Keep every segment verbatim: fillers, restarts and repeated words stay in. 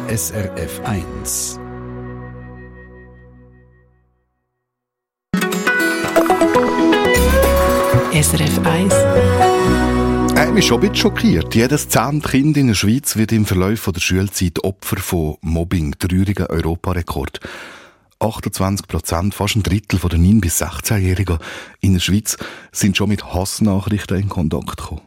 S R F eins. S R F eins. Ich bin schon ein bisschen schockiert. Jedes zehnte Kind in der Schweiz wird im Verlauf der Schulzeit Opfer von Mobbing, trauriger Europarekord. achtundzwanzig Prozent, fast ein Drittel der neun- bis sechzehnjährigen in der Schweiz sind schon mit Hassnachrichten in Kontakt gekommen.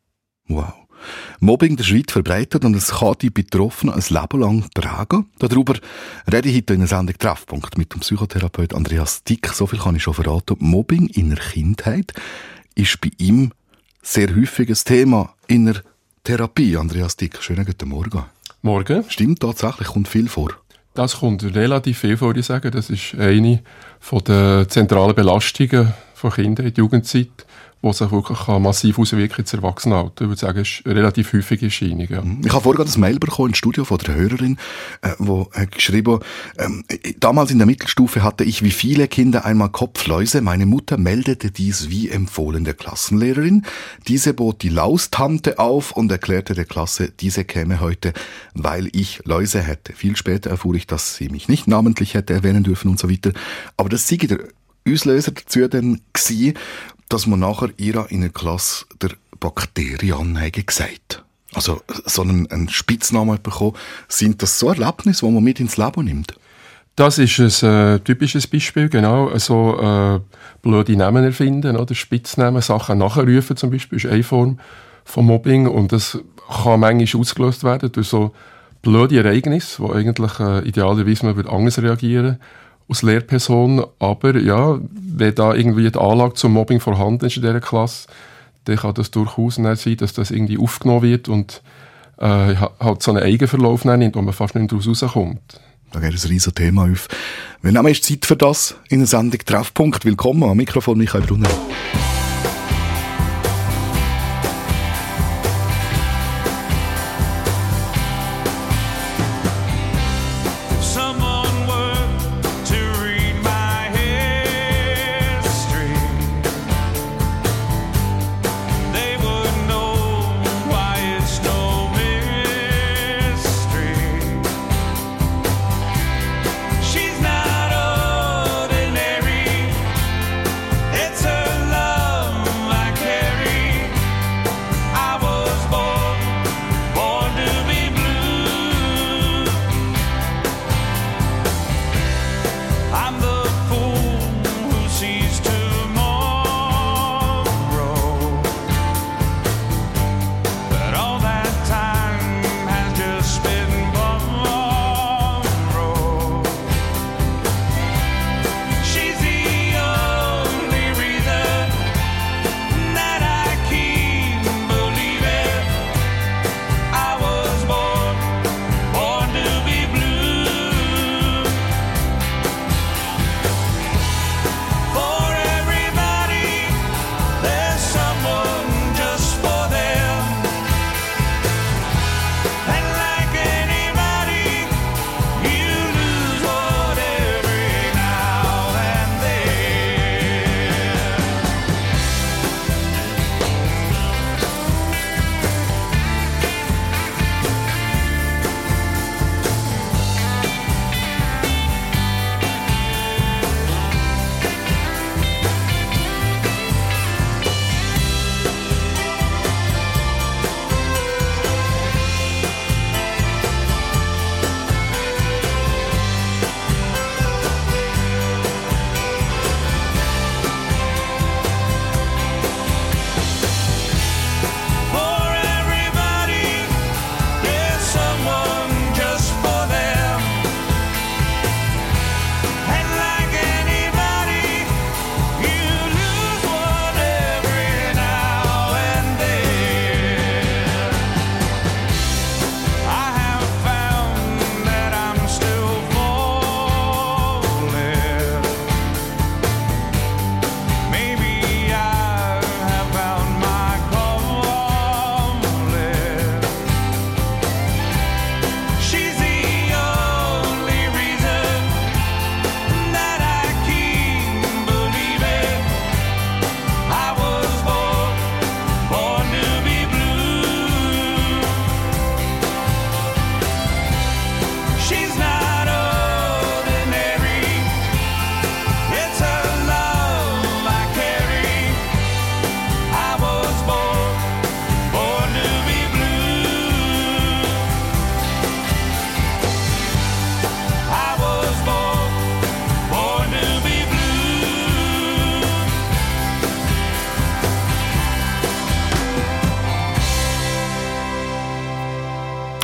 Wow. Mobbing in der Schweiz verbreitet und es kann die Betroffenen ein Leben lang tragen. Darüber rede ich heute in der Sendung Treffpunkt mit dem Psychotherapeut Andreas Dick. So viel kann ich schon verraten. Mobbing in der Kindheit ist bei ihm sehr häufiges Thema in der Therapie. Andreas Dick, schönen guten Morgen. Morgen. Stimmt tatsächlich, kommt viel vor. Das kommt relativ viel vor, ich sagen. Das ist eine der zentralen Belastungen von Kindern in der Jugendzeit, die sich wirklich massiv auswirken ins Erwachsenenalter. Ich würde sagen, es ist eine relativ häufige Erscheinung. Ja. Ich habe vorhin ein Mail bekommen im Studio von der Hörerin, äh, wo äh, geschrieben, ähm, damals in der Mittelstufe hatte ich wie viele Kinder einmal Kopfläuse. Meine Mutter meldete dies wie empfohlen der Klassenlehrerin. Diese bot die Laustante auf und erklärte der Klasse, diese käme heute, weil ich Läuse hätte. Viel später erfuhr ich, dass sie mich nicht namentlich hätte erwähnen dürfen und so weiter. Aber das sei der Auslöser dazu dann gewesen, dass man nachher ihr in der Klasse der Bakterien gesagt. Also so einen, einen Spitznamen bekommen. Sind das so Erlebnisse, die man mit ins Leben nimmt? Das ist ein äh, typisches Beispiel, genau. Also äh, blöde Namen erfinden, oder Spitznamen, Sachen nachrufen zum Beispiel, ist eine Form von Mobbing. Und das kann manchmal ausgelöst werden durch so blöde Ereignisse, wo eigentlich äh, idealerweise man anders reagieren würde als Lehrperson. Aber ja, wenn da irgendwie die Anlage zum Mobbing vorhanden ist in dieser Klasse, dann kann das durchaus sein, dass das irgendwie aufgenommen wird und äh, halt so einen Eigenverlauf nimmt, wo man fast nicht daraus rauskommt. Da geht ein riesiges Thema auf. Wir nehmen jetzt Zeit für das in der Sendung Treffpunkt. Willkommen am Mikrofon Michael Brunner. It's her love.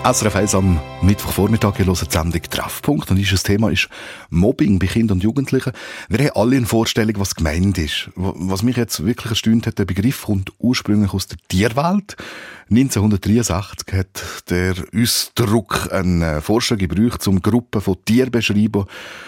S R F eins am Mittwochvormittag, ihr hört die Sendung Treffpunkt und das Thema ist Mobbing bei Kindern und Jugendlichen. Wir haben alle eine Vorstellung, was gemeint ist. Was mich jetzt wirklich erstaunt hat, der Begriff kommt ursprünglich aus der Tierwelt. neunzehnhundertdreiundsechzig hat der Ausdruck einen Forscher gebraucht, um Gruppen von Tieren zu beschreiben,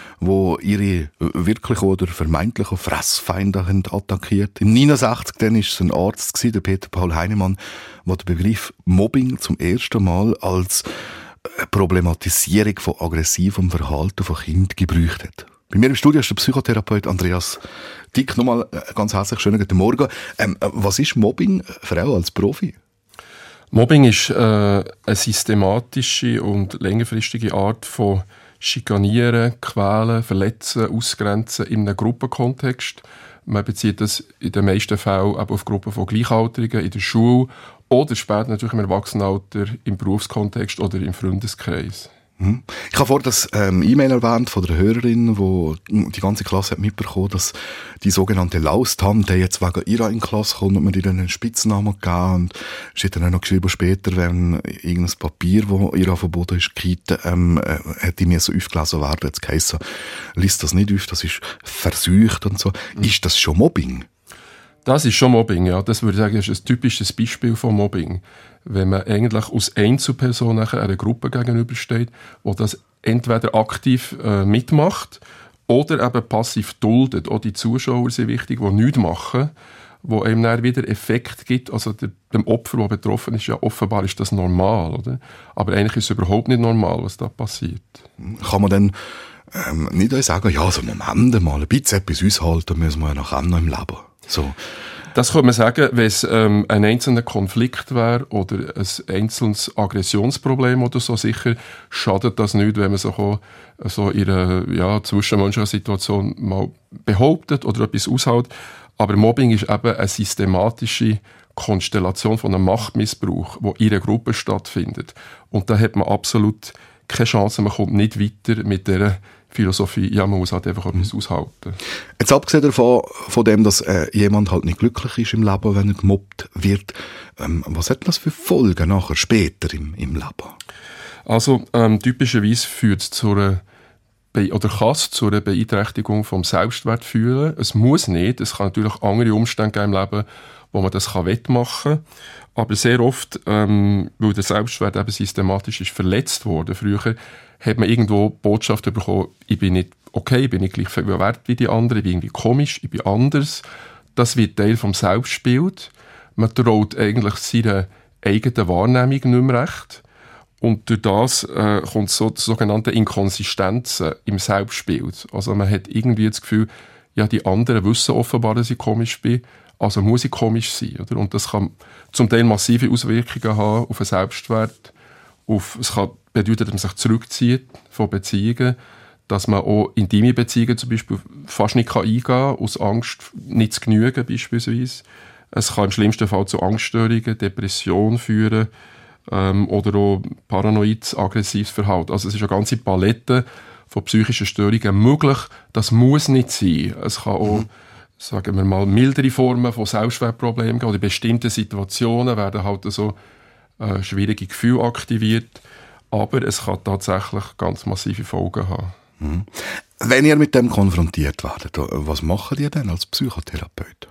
wo ihre wirklichen oder vermeintlichen Fressfeinde haben attackiert. Im neunundsechzig dann war es ein Arzt, der Peter Paul Heinemann, der den Begriff Mobbing zum ersten Mal als Problematisierung von aggressivem Verhalten von Kindern gebraucht hat. Bei mir im Studio ist der Psychotherapeut Andreas Dick. Nochmal ganz herzlich schönen guten Morgen. Ähm, was ist Mobbing für auch als Profi? Mobbing ist äh, eine systematische und längerfristige Art von Schikanieren, Quälen, Verletzen, Ausgrenzen in einem Gruppenkontext. Man bezieht das in den meisten Fällen auf Gruppen von Gleichaltrigen in der Schule oder später natürlich im Erwachsenenalter, im Berufskontext oder im Freundeskreis. Ich habe vorhin das ähm, E-Mail erwähnt von der Hörerin, wo die ganze Klasse hat mitbekommen, dass die sogenannte Laustante jetzt wegen ihrer in die Klasse kommt und mir ihr einen Spitznamen gegeben und sie hat dann auch noch geschrieben später, wenn irgendein Papier, das ihr verboten ist, gekitten, ähm, äh, hätte mir so aufgelesen werden, jetzt geheissen, liest das nicht auf, das ist versucht und so. Mhm. Ist das schon Mobbing? Das ist schon Mobbing, ja. Das würde ich sagen, ist ein typisches Beispiel von Mobbing. Wenn man eigentlich als Einzelperson nachher einer Gruppe gegenübersteht, die das entweder aktiv äh, mitmacht oder eben passiv duldet. Auch die Zuschauer sind wichtig, die nichts machen, wo einem dann wieder Effekt gibt. Also der, dem Opfer, der betroffen ist, ja offenbar ist das normal, oder? Aber eigentlich ist es überhaupt nicht normal, was da passiert. Kann man dann ähm, nicht sagen, ja, so Moment mal, ein bisschen etwas aushalten müssen wir ja noch im Leben. So. Das könnte man sagen, wenn es ähm, ein einzelner Konflikt wäre oder ein einzelnes Aggressionsproblem oder so. Sicher schadet das nicht, wenn man sich auch so in einer ja, zwischenmenschlichen Situation mal behauptet oder etwas aushält. Aber Mobbing ist eben eine systematische Konstellation von einem Machtmissbrauch, der in einer Gruppe stattfindet. Und da hat man absolut keine Chance, man kommt nicht weiter mit dieser Philosophie, ja, man muss halt einfach etwas aushalten. Jetzt abgesehen davon, von dem, dass äh, jemand halt nicht glücklich ist im Leben, wenn er gemobbt wird, ähm, was hat das für Folgen nachher, später im, im Leben? Also, ähm, typischerweise führt es zu einer Be- oder kann es zu einer Beeinträchtigung vom Selbstwert führen. Es muss nicht, es kann natürlich andere Umstände geben im Leben, wo man das kann wettmachen kann. Aber sehr oft, ähm, weil der Selbstwert eben systematisch ist verletzt worden, früher, hat man irgendwo Botschaft bekommen, ich bin nicht okay, ich bin nicht gleich viel wert wie die anderen, ich bin irgendwie komisch, ich bin anders. Das wird Teil vom Selbstbild. Man traut eigentlich seiner eigenen Wahrnehmung nicht mehr recht. Und durch das äh, kommt so zu sogenannten Inkonsistenzen im Selbstbild. Also man hat irgendwie das Gefühl, ja, die anderen wissen offenbar, dass ich komisch bin, also muss ich komisch sein. Oder? Und das kann zum Teil massive Auswirkungen haben auf den Selbstwert. Auf, es kann bedeuten, dass man sich zurückzieht von Beziehungen, dass man auch intime Beziehungen zum Beispiel fast nicht eingehen kann, aus Angst nicht zu genügen beispielsweise. Es kann im schlimmsten Fall zu Angststörungen, Depressionen führen ähm, oder auch paranoides, aggressives Verhalten. Also es ist eine ganze Palette von psychischen Störungen möglich. Das muss nicht sein. Es kann auch, mhm. sagen wir mal, mildere Formen von Selbstwertproblemen geben. Oder in bestimmten Situationen werden halt so äh, schwierige Gefühle aktiviert. Aber es kann tatsächlich ganz massive Folgen haben. Mhm. Wenn ihr mit dem konfrontiert werdet, was macht ihr denn als Psychotherapeut?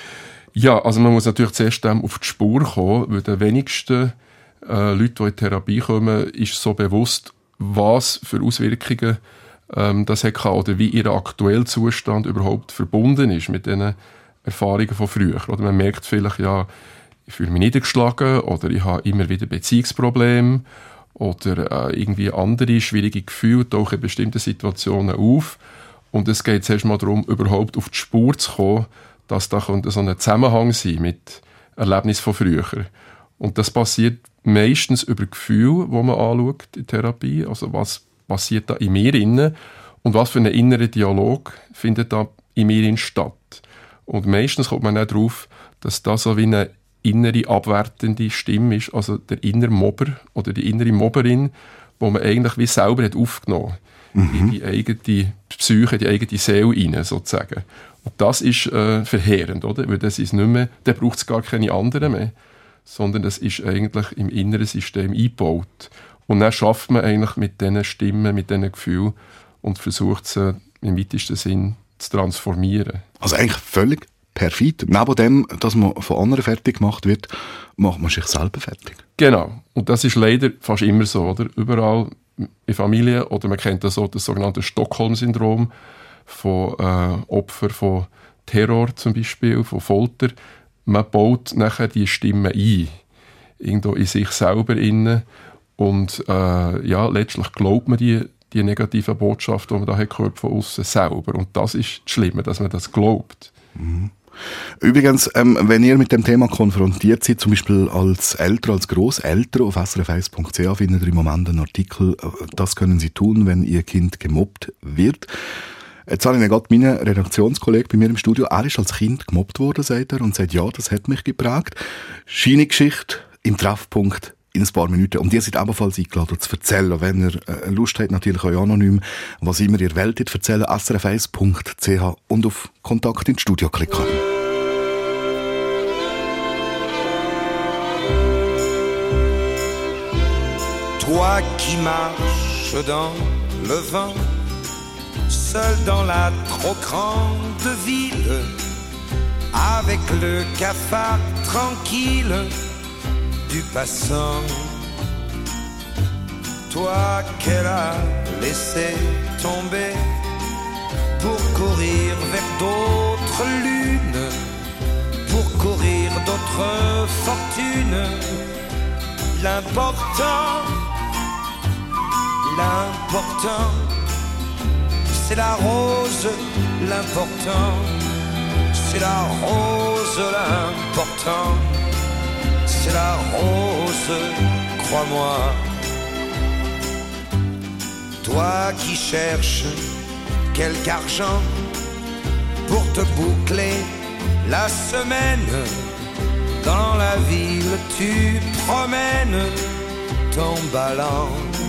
Ja, also man muss natürlich zuerst auf die Spur kommen, weil den wenigsten äh, Leute, die in Therapie kommen, ist so bewusst, was für Auswirkungen ähm, das hat oder wie ihr aktueller Zustand überhaupt verbunden ist mit diesen Erfahrungen von früher. Oder man merkt vielleicht, ja, ich fühle mich niedergeschlagen oder ich habe immer wieder Beziehungsprobleme oder äh, irgendwie andere schwierige Gefühle tauchen in bestimmten Situationen auf. Und es geht zuerst mal darum, überhaupt auf die Spur zu kommen, dass da so ein Zusammenhang sein mit Erlebnissen von früher. Und das passiert meistens über Gefühle, die man anschaut in Therapie. Also was passiert da in mir innen und was für ein innerer Dialog findet da in mir innen statt. Und meistens kommt man auch darauf, dass das so wie eine innere abwertende Stimme ist, also der innere Mobber oder die innere Mobberin, wo man eigentlich wie selber hat aufgenommen mhm. in die eigene Psyche, die eigene Seele rein, sozusagen. Und das ist äh, verheerend, oder? Weil das ist nicht mehr, da braucht es gar keine anderen mehr, sondern das ist eigentlich im inneren System eingebaut. Und dann schafft man eigentlich mit diesen Stimmen, mit diesen Gefühlen und versucht sie im weitesten Sinn zu transformieren. Also eigentlich völlig perfid. Neben dem, dass man von anderen fertig gemacht wird, macht man sich selber fertig. Genau. Und das ist leider fast immer so, oder? Überall in Familien, oder man kennt das so, das sogenannte Stockholm-Syndrom von äh, Opfern von Terror zum Beispiel, von Folter. Man baut nachher die Stimme ein, irgendwo in sich selber inne und äh, ja, letztlich glaubt man die, die negativen Botschaften, die man da hat gehört von außen selber. Und das ist das Schlimme, dass man das glaubt. Mhm. Übrigens, ähm, wenn ihr mit dem Thema konfrontiert seid, zum Beispiel als Eltern, als Grosseltern, auf s r f eins punkt c h findet ihr im Moment einen Artikel, das können Sie tun, wenn Ihr Kind gemobbt wird. Jetzt habe ich gerade meinen Redaktionskollegen bei mir im Studio, er ist als Kind gemobbt worden, sagt er, und sagt, ja, das hat mich geprägt. Seine Geschichte im Treffpunkt in ein paar Minuten. Und ihr seid ebenfalls eingeladen zu erzählen, wenn ihr äh, Lust habt, natürlich auch anonym, was immer ihr wollt, erzählen, s r f eins punkt c h und auf Kontakt ins Studio klicken. Toi qui marches dans le vent, seul dans la trop grande ville, avec le cafard tranquille du passant. Toi qu'elle a laissé tomber pour courir vers d'autres lunes, pour courir d'autres fortunes. L'important, l'important, c'est la rose. L'important, c'est la rose. L'important, c'est la rose, crois-moi. Toi qui cherches quelque argent pour te boucler la semaine, dans la ville tu promènes ton ballon.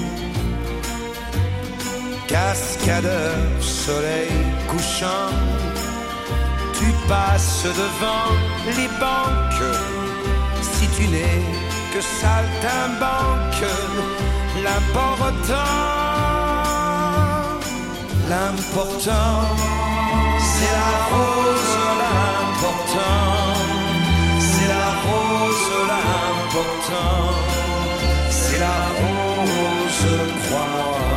Cascadeur, soleil couchant, tu passes devant les banques. Si tu n'es que saltimbanque, l'important, l'important, c'est la rose. L'important, c'est la rose. L'important, c'est la rose, crois-moi.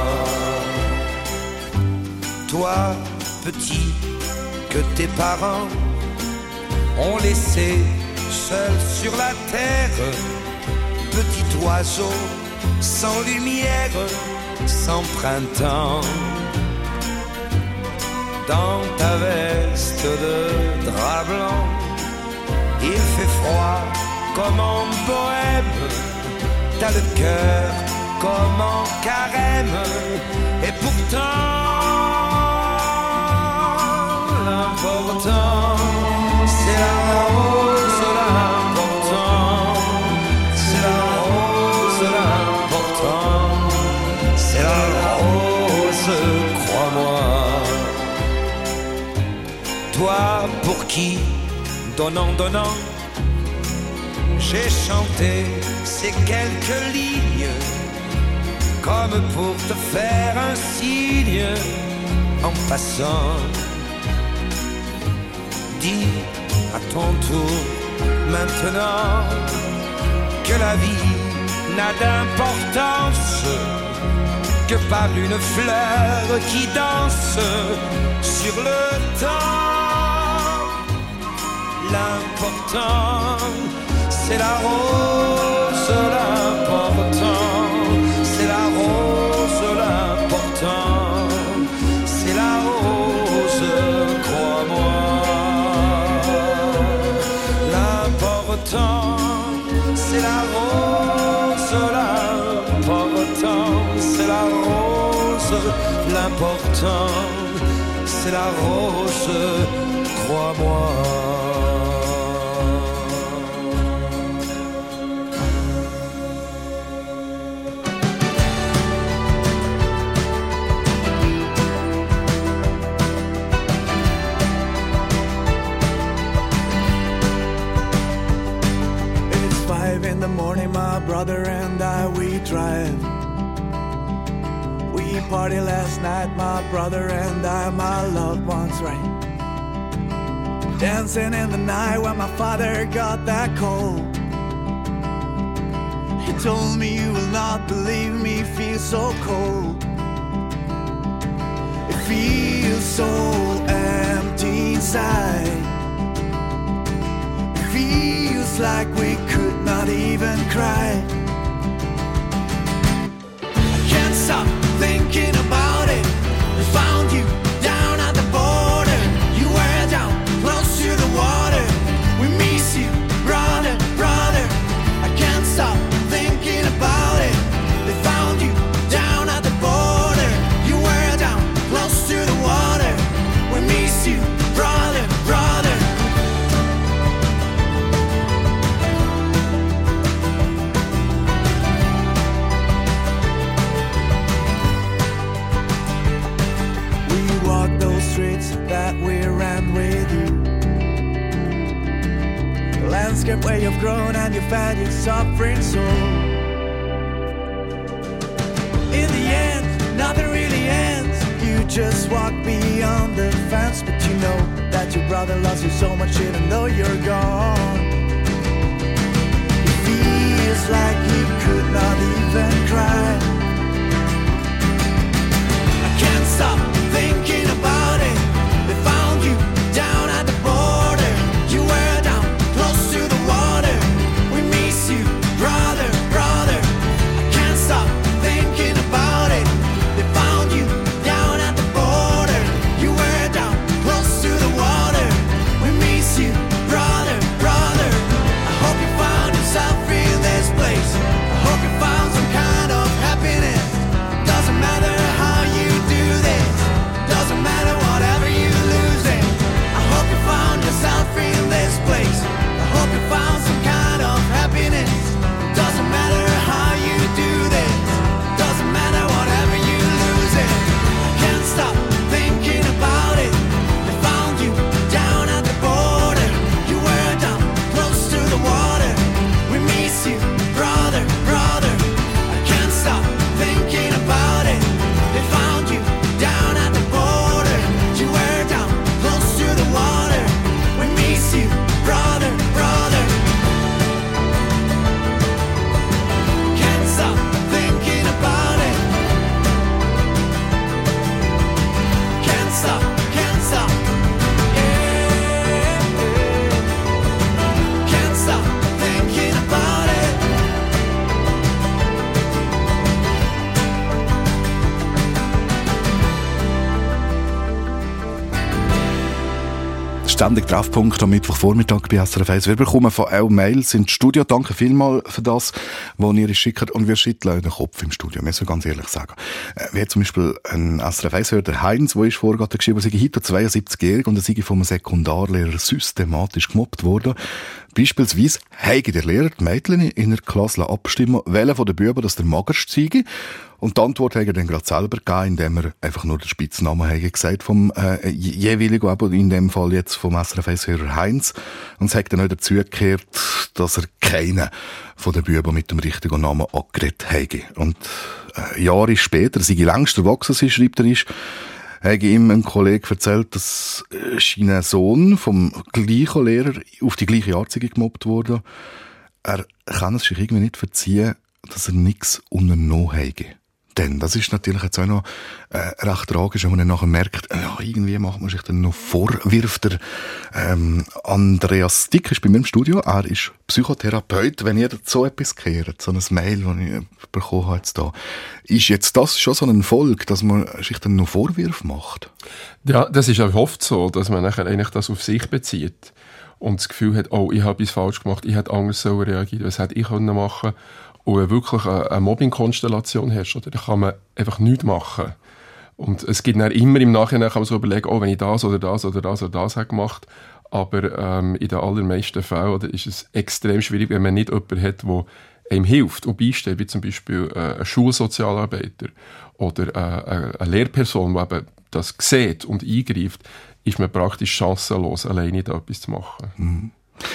Toi, petit, que tes parents ont laissé seul sur la terre, petit oiseau sans lumière, sans printemps. Dans ta veste de drap blanc, il fait froid comme en bohème. T'as le cœur comme en carême, et pourtant l'important, c'est la rose. L'important, c'est la rose. L'important, c'est la rose, crois-moi. Toi pour qui, donnant, donnant, j'ai chanté ces quelques lignes, comme pour te faire un signe en passant. Dis à ton tour maintenant que la vie n'a d'importance que par une fleur qui danse sur le temps. L'important, c'est la rose. L'important, c'est la rose. L'important, c'est la rose, crois-moi. L'important, c'est la rose. L'important, c'est la rose. L'important, c'est la rose, crois-moi. In the morning, my brother and I, we drive party last night, my brother and I, my loved ones, right? Dancing in the night when my father got that cold. He told me, you will not believe me, feel so cold. It feels so empty inside. It feels like we could not even cry. I can't stop thinking about it. We found you down at the border. You were down close to the water. We miss you, brother, brother. I can't stop thinking about it. They found you down at the border. You were down close to the water. We miss you, brother, brother. We walked those streets that we ran with you. The landscape where you've grown and you've fed your suffering soul. In the end, nothing really ends. You just walk beyond the fence, but you know that your brother loves you so much even though you're gone. It feels like you could not even cry. I can't stop thinking about it. They found you down at the border. You were down close to the water. We miss you, brother, brother. I can't stop thinking about it. They found you down at the border. You were down close to the water. We miss you, brother, brother. I hope you found yourself in this place. I hope you found some kind of happiness. Doesn't matter how you do this. Doesn't matter whatever you lose it. I hope you found yourself in this place. I hope you found some kind of happiness. Doesn't matter how you do this. Doesn't matter whatever you lose it. I can't stop thinking about it. They found you down at the border. You were down close to the water. We miss you, brother, brother. I can't stop thinking about it. They found you down at the border. You were down close to the water. We miss you, brother, brother. Can't stop thinking about it. Can't stop, can't stop. Yeah. Can't stop thinking about it. Ständig Treffpunkt am Mittwochvormittag bei S R F eins. Wir bekommen von auch Mails ins Studio. Danke vielmals für das, was ihr uns schickt. Und wir schütteln den Kopf im Studio, müssen wir ganz ehrlich sagen. Wie zum Beispiel ein S R F eins-Hörer, der Heinz, der ist vorher geschrieben, er sei heute zweiundsiebzigjährig und er sei vom Sekundarlehrer systematisch gemobbt worden. Beispielsweise habe der Lehrer die Mädchen in der Klasse abstimmen, welcher von den Buben das der magerste sei. Und die Antwort hat er dann gerade selber gegeben, indem er einfach nur den Spitznamen hat gesagt vom äh, jeweiligen, aber in dem Fall jetzt vom S R F eins-Hörer Heinz. Und es hat dann auch dazu gekehrt, dass er keinen von den Buben mit dem richtigen Namen angeredet hat. Und äh, Jahre später, sei längst erwachsen sei, schreibt er, ist, habe ihm ein Kollege erzählt, dass sein Sohn vom gleichen Lehrer auf die gleiche Art gemobbt wurde. Er kann es sich irgendwie nicht verziehen, dass er nichts unternommen hat. Denn das ist natürlich jetzt auch noch äh, recht tragisch, wenn man dann nachher merkt, ja, irgendwie macht man sich dann noch Vorwürfe. Der ähm, Andreas Dick ist bei mir im Studio, er ist Psychotherapeut. Wenn ihr so etwas gehört, so ein Mail, das ich bekommen habe jetzt da, ist jetzt das schon so ein Erfolg, dass man sich dann noch Vorwürfe macht? Ja, das ist auch oft so, dass man nachher eigentlich das auf sich bezieht und das Gefühl hat, oh, ich habe etwas falsch gemacht, ich hätte anders so reagiert, was hätte ich machen können. Und wenn wirklich eine Mobbing-Konstellation herrscht, oder, dann kann man einfach nichts machen. Und es gibt dann immer im Nachhinein, kann man so überlegen, oh, wenn ich das oder das oder das oder das habe gemacht. Aber ähm, in den allermeisten Fällen oder, ist es extrem schwierig, wenn man nicht jemanden hat, der einem hilft und beisteht, wie zum Beispiel äh, ein Schulsozialarbeiter oder äh, eine Lehrperson, die eben das sieht und eingreift, ist man praktisch chancenlos, alleine da etwas zu machen. Mhm.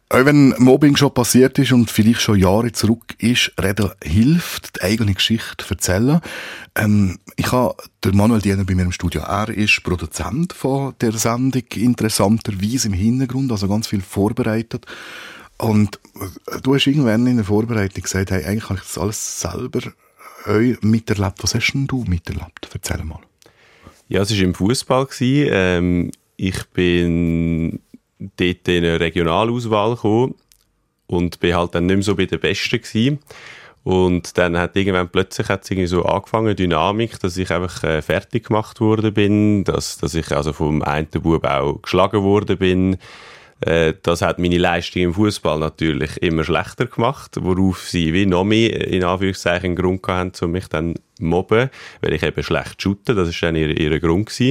Auch wenn Mobbing schon passiert ist und vielleicht schon Jahre zurück ist, reden hilft, die eigene Geschichte zu erzählen. Ähm, ich habe den Manuel Diener bei mir im Studio. Er ist Produzent von der Sendung, interessanterweise im Hintergrund, also ganz viel vorbereitet. Und du hast irgendwann in der Vorbereitung gesagt, hey, eigentlich habe ich das alles selber euch miterlebt. Was hast denn du miterlebt? Erzähl mal. Ja, es war im Fußball. Ähm, ich bin dort in eine Regionalauswahl gekommen und bin halt dann nicht mehr so bei den Besten gewesen. Und dann hat irgendwann plötzlich hat's irgendwie so angefangen, Dynamik, dass ich einfach äh, fertig gemacht worden bin, dass, dass ich also vom einen Bub auch geschlagen worden bin. Äh, das hat meine Leistung im Fußball natürlich immer schlechter gemacht, worauf sie wie noch mehr in Anführungszeichen einen Grund hatten, um mich dann zu mobben, weil ich eben schlecht shoote, das war dann ihr, ihr Grund gewesen.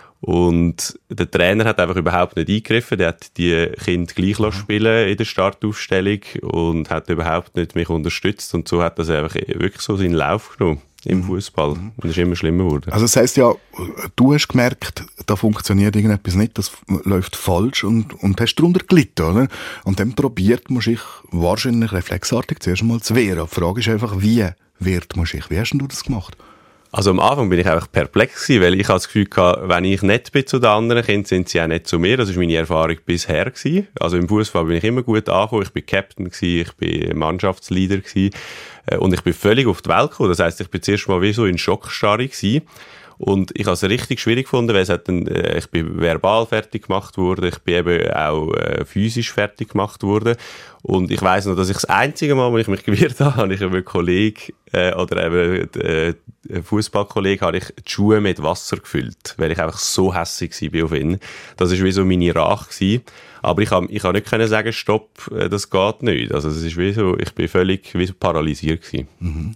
Und der Trainer hat einfach überhaupt nicht eingegriffen, der hat die Kinder gleich lassen spielen in der Startaufstellung und hat überhaupt nicht mich unterstützt und so hat das einfach wirklich so seinen Lauf genommen im Fußball und es ist immer schlimmer geworden. Also das heisst ja, du hast gemerkt, da funktioniert irgendetwas nicht, das läuft falsch und, und hast darunter gelitten, oder? Und dann probiert man sich wahrscheinlich reflexartig zuerst einmal zu wehren. Die Frage ist einfach, wie wehrt man sich? Wie hast denn du das gemacht? Also am Anfang bin ich einfach perplex gewesen, weil ich das Gefühl hatte, wenn ich nett bin zu den anderen Kindern, sind sie auch nett zu mir. Das war meine Erfahrung bisher gewesen. Also im Fußball bin ich immer gut angekommen. Ich bin Captain gewesen, ich bin Mannschaftsleader gewesen, und ich bin völlig auf die Welt gekommen. Das heisst, ich bin zuerst mal wie so in Schockstarre gewesen. Und ich habe es richtig schwierig gefunden, weil es hat dann, äh, ich bin verbal fertig gemacht worden, ich bin eben auch äh, physisch fertig gemacht worden. Und ich weiss noch, dass ich das einzige Mal, wo ich mich gewehrt habe, habe ich einen Kollegen äh, oder eben äh, einen Fußballkollegen, habe ich die Schuhe mit Wasser gefüllt, weil ich einfach so hässig war auf ihn. Das war wie so meine Rache gewesen. Aber ich kann, ich kann nicht können sagen, stopp, das geht nicht. Also es ist wie so, ich bin völlig wie so paralysiert gewesen. Mhm.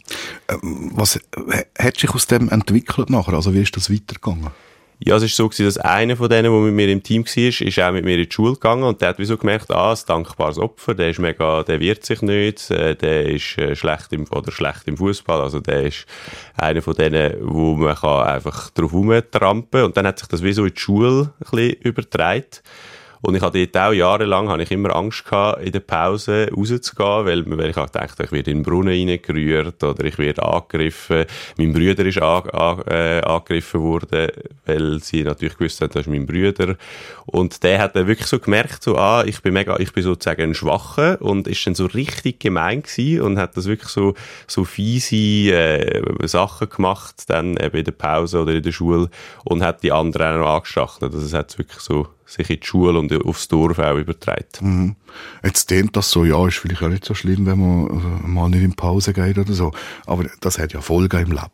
Was hat sich aus dem entwickelt nachher? Also wie ist das weitergegangen? Ja, es ist so gewesen, dass einer von denen, der mit mir im Team war, ist auch mit mir in die Schule gegangen und der hat wie so gemerkt, ah, ein dankbares Opfer, der ist mega, der wehrt sich nicht, der ist schlecht im, oder schlecht im Fußball, also der ist einer von denen, wo man kann einfach drauf rumtrampen und dann hat sich das wie so in die Schule ein bisschen übertragen. Und ich hatte dort auch jahrelang habe ich immer Angst gehabt, in der Pause rauszugehen, weil, weil ich auch dachte, ich werde in den Brunnen reingerührt oder ich werde angegriffen. Mein Bruder ist an, an, äh, angegriffen worden, weil sie natürlich gewusst haben, das ist mein Bruder. Und der hat dann wirklich so gemerkt, so, ah, ich bin mega, ich bin sozusagen ein Schwacher und ist dann so richtig gemein gewesen und hat das wirklich so, so fiese äh, Sachen gemacht, dann eben in der Pause oder in der Schule und hat die anderen auch noch angestachelt. Also es hat wirklich so sich in die Schule und aufs Dorf auch übertragen. Mhm. Jetzt klingt das so, ja, ist vielleicht auch nicht so schlimm, wenn man also, mal nicht in Pause geht oder so. Aber das hat ja Folgen im Leben.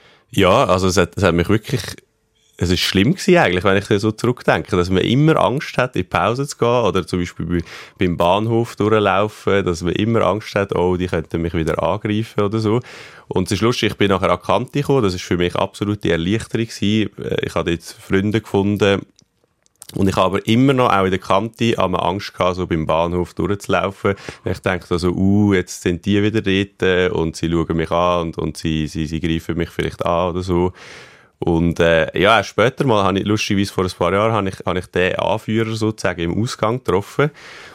Ja, also es hat, es hat mich wirklich, es ist schlimm gewesen eigentlich, wenn ich so zurückdenke, dass man immer Angst hat, in die Pause zu gehen oder zum Beispiel beim Bahnhof durchlaufen, dass man immer Angst hat, oh, die könnten mich wieder angreifen oder so. Und es ist lustig, ich bin nachher an die Kante gekommen, das ist für mich absolut die Erleichterung gewesen. Ich habe jetzt Freunde gefunden, und ich habe aber immer noch, auch in der Kante, an Angst gehabt, so beim Bahnhof durchzulaufen. Ich denke so, uh, jetzt sind die wieder dort und sie schauen mich an und, und sie, sie, sie greifen mich vielleicht an oder so. Und äh, ja, erst später mal, habe ich, lustigerweise vor ein paar Jahren, habe ich, habe ich den Anführer sozusagen im Ausgang getroffen.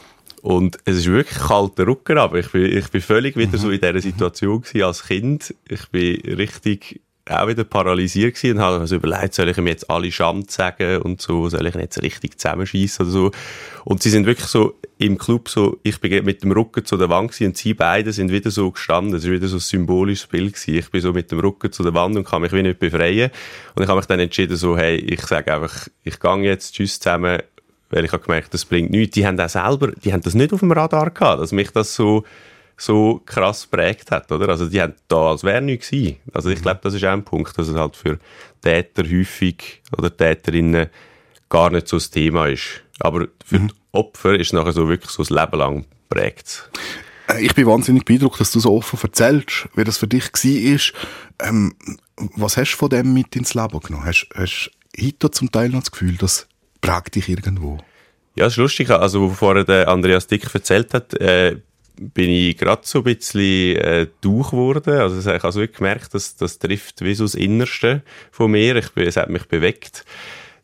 Und es ist wirklich kalter Rücken, aber ich bin, ich bin völlig wieder so in dieser Situation gewesen als Kind. Ich bin richtig auch wieder paralysiert gewesen und habe mir so überlegt, soll ich ihm jetzt alle Schande sagen und so, soll ich ihn jetzt richtig zusammenschießen oder so. Und sie sind wirklich so im Club so, ich bin mit dem Rücken zu der Wand gewesen und sie beide sind wieder so gestanden. Es war wieder so ein symbolisches Bild gewesen. Ich bin so mit dem Rücken zu der Wand und kann mich wie nicht befreien. Und ich habe mich dann entschieden so, hey, ich sage einfach, ich gehe jetzt, tschüss zusammen, weil ich habe gemerkt, das bringt nichts. Die haben auch selber, die haben das nicht auf dem Radar gehabt, dass mich das so so krass geprägt hat, oder? Also die haben da, als wäre nichts gewesen. Also ich glaube, das ist auch ein Punkt, dass es halt für Täter häufig oder Täterinnen gar nicht so das Thema ist. Aber für mhm. die Opfer ist es nachher so wirklich so das Leben lang geprägt. Ich bin wahnsinnig beeindruckt, dass du so offen erzählst, wie das für dich war. Ähm, was hast du von dem mit ins Leben genommen? Hast du heute zum Teil noch das Gefühl, das prägt dich irgendwo? Ja, es ist lustig. Also, wo vorher der Andreas Dick erzählt hat, äh, bin ich gerade so ein bisschen äh, durch geworden. Also ich habe wirklich gemerkt, dass das trifft wie so das Innerste von mir. Ich bin, es hat mich bewegt.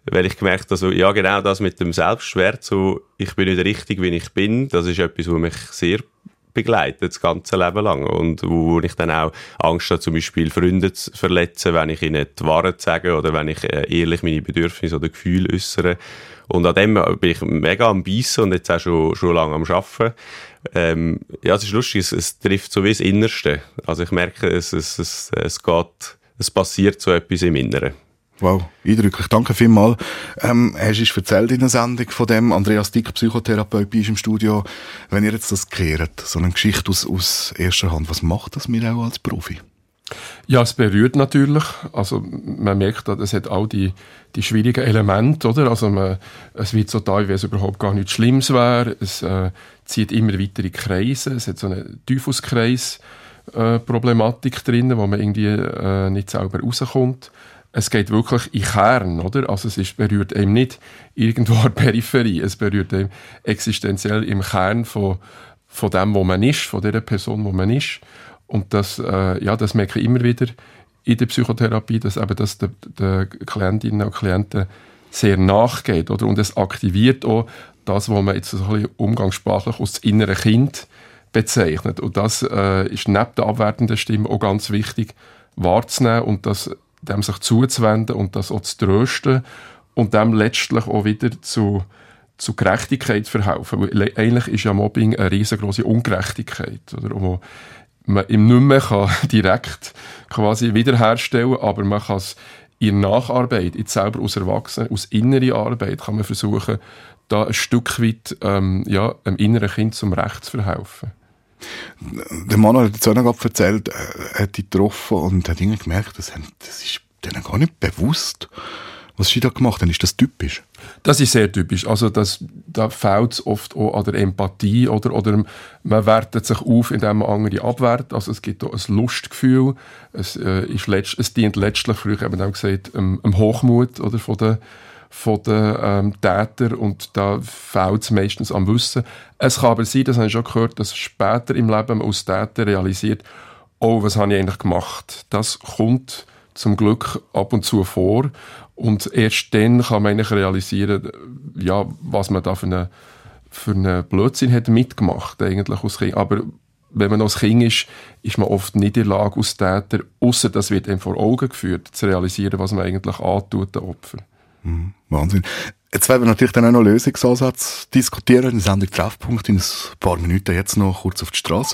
weil ich gemerkt habe, also, ja genau das mit dem Selbstwert, so, ich bin nicht richtig, wie ich bin, das ist etwas, was mich sehr begleitet, das ganze Leben lang. Und wo ich dann auch Angst habe, zum Beispiel Freunde zu verletzen, wenn ich ihnen die Wahrheit sage oder wenn ich ehrlich meine Bedürfnisse oder Gefühle äußere. Und an dem bin ich mega am Beissen und jetzt auch schon, schon lange am Arbeiten. Ähm, ja, es ist lustig, es, es trifft so wie das Innerste. Also ich merke, es, es, es, es geht, es passiert so etwas im Inneren. Wow, eindrücklich. Danke vielmals. Ähm, hast du uns erzählt in der Sendung von dem, Andreas Dick, Psychotherapeut, bei uns im Studio. Wenn ihr jetzt das kehrt, so eine Geschichte aus, aus erster Hand, was macht das mir auch als Profi? Ja, es berührt natürlich. Also man merkt, es hat auch die, die schwierigen Elemente, oder? Also man, es wird so da, wie es überhaupt gar nichts Schlimmes wäre. Es äh, zieht immer weitere Kreise. Es hat so eine Teufelskreis-Problematik drin, wo man irgendwie äh, nicht selber rauskommt. Es geht wirklich in den Kern, oder? Also es ist, berührt einem nicht irgendwo an der Peripherie. Es berührt einem existenziell im Kern von, von dem, wo man ist, von der Person, wo man ist. Und das, äh, ja, das merke ich immer wieder in der Psychotherapie, dass eben das den, den Klientinnen und Klienten sehr nachgeht, oder? Und es aktiviert auch das, was man jetzt so ein bisschen umgangssprachlich als das innere Kind bezeichnet. Und das äh, ist neben der abwertenden Stimme auch ganz wichtig wahrzunehmen und das dem sich zuzuwenden und das auch zu trösten und dem letztlich auch wieder zu, zu Gerechtigkeit zu verhelfen. Weil eigentlich ist ja Mobbing eine riesengroße Ungerechtigkeit, oder? Wo man ihm nicht mehr kann direkt quasi wiederherstellen kann, aber man kann es in Nacharbeit, jetzt selber als Erwachsener, aus innerer Arbeit, kann man versuchen, da ein Stück weit ähm, ja, einem inneren Kind zum Recht zu verhelfen. Der Mann hat jetzt auch noch erzählt, er hat dich getroffen und hat irgendwie gemerkt, das ist denen gar nicht bewusst. Was hast du da gemacht? Dann ist das typisch? Das ist sehr typisch. Also das, da fehlt es oft auch an der Empathie oder, oder man wertet sich auf, indem man andere abwertet. Also es gibt auch ein Lustgefühl. Es, äh, ist letzt, es dient letztlich, früher haben wir gesagt, einem, einem Hochmut oder, von den von den ähm, Tätern und da fehlt es meistens am Wissen. Es kann aber sein, das habe ich schon gehört, dass später im Leben man als Täter realisiert, oh, was habe ich eigentlich gemacht? Das kommt zum Glück ab und zu vor und erst dann kann man eigentlich realisieren, ja, was man da für einen für eine Blödsinn hat mitgemacht eigentlich als Kind. Aber wenn man als Kind ist, ist man oft nicht in der Lage als Täter, ausser das wird einem vor Augen geführt, zu realisieren, was man eigentlich antut, den Opfer. Mhm, Wahnsinn. Jetzt werden wir natürlich dann auch noch Lösungsansätze diskutieren. In der Sendung Treffpunkt in ein paar Minuten jetzt noch kurz auf die Straße.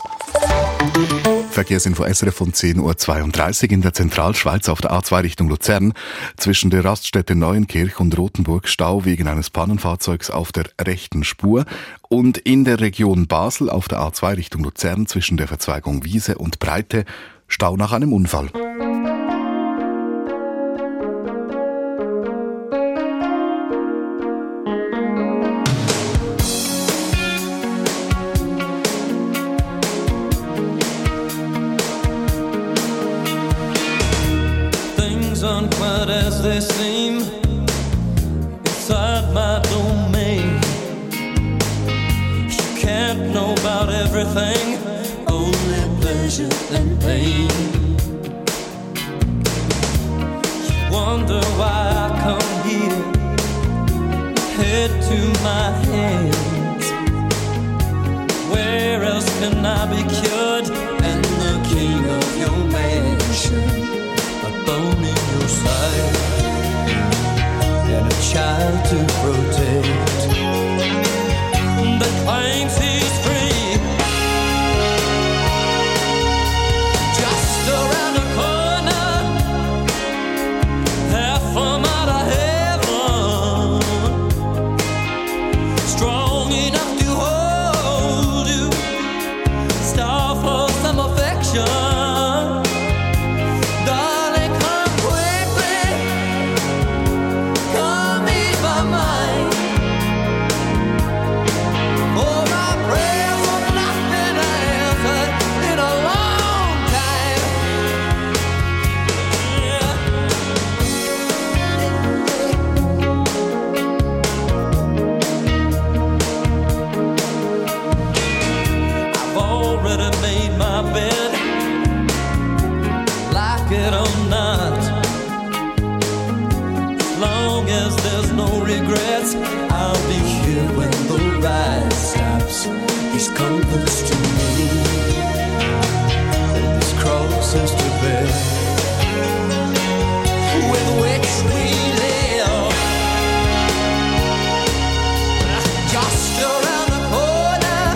Verkehrsinfo S R F von zehn Uhr zweiunddreißig in der Zentralschweiz auf der A zwei Richtung Luzern. Zwischen der Raststätte Neuenkirch und Rothenburg Stau wegen eines Pannenfahrzeugs auf der rechten Spur. Und in der Region Basel auf der A zwei Richtung Luzern zwischen der Verzweigung Wiese und Breite Stau nach einem Unfall. Aren't quite as they seem inside my domain. You can't know about everything, only pleasure and pain. You wonder why I come here, head to my hands. Where else can I be cured and the king of your mansion? Bone in your side and a child to protect that claims he's free. Just around the corner, half a mile of heaven, strong enough to hold you, star for some affection. Long long as there's no regrets, I'll be here when the ride stops. These compass to me, and these crosses to bear, with which we live. Just around the corner,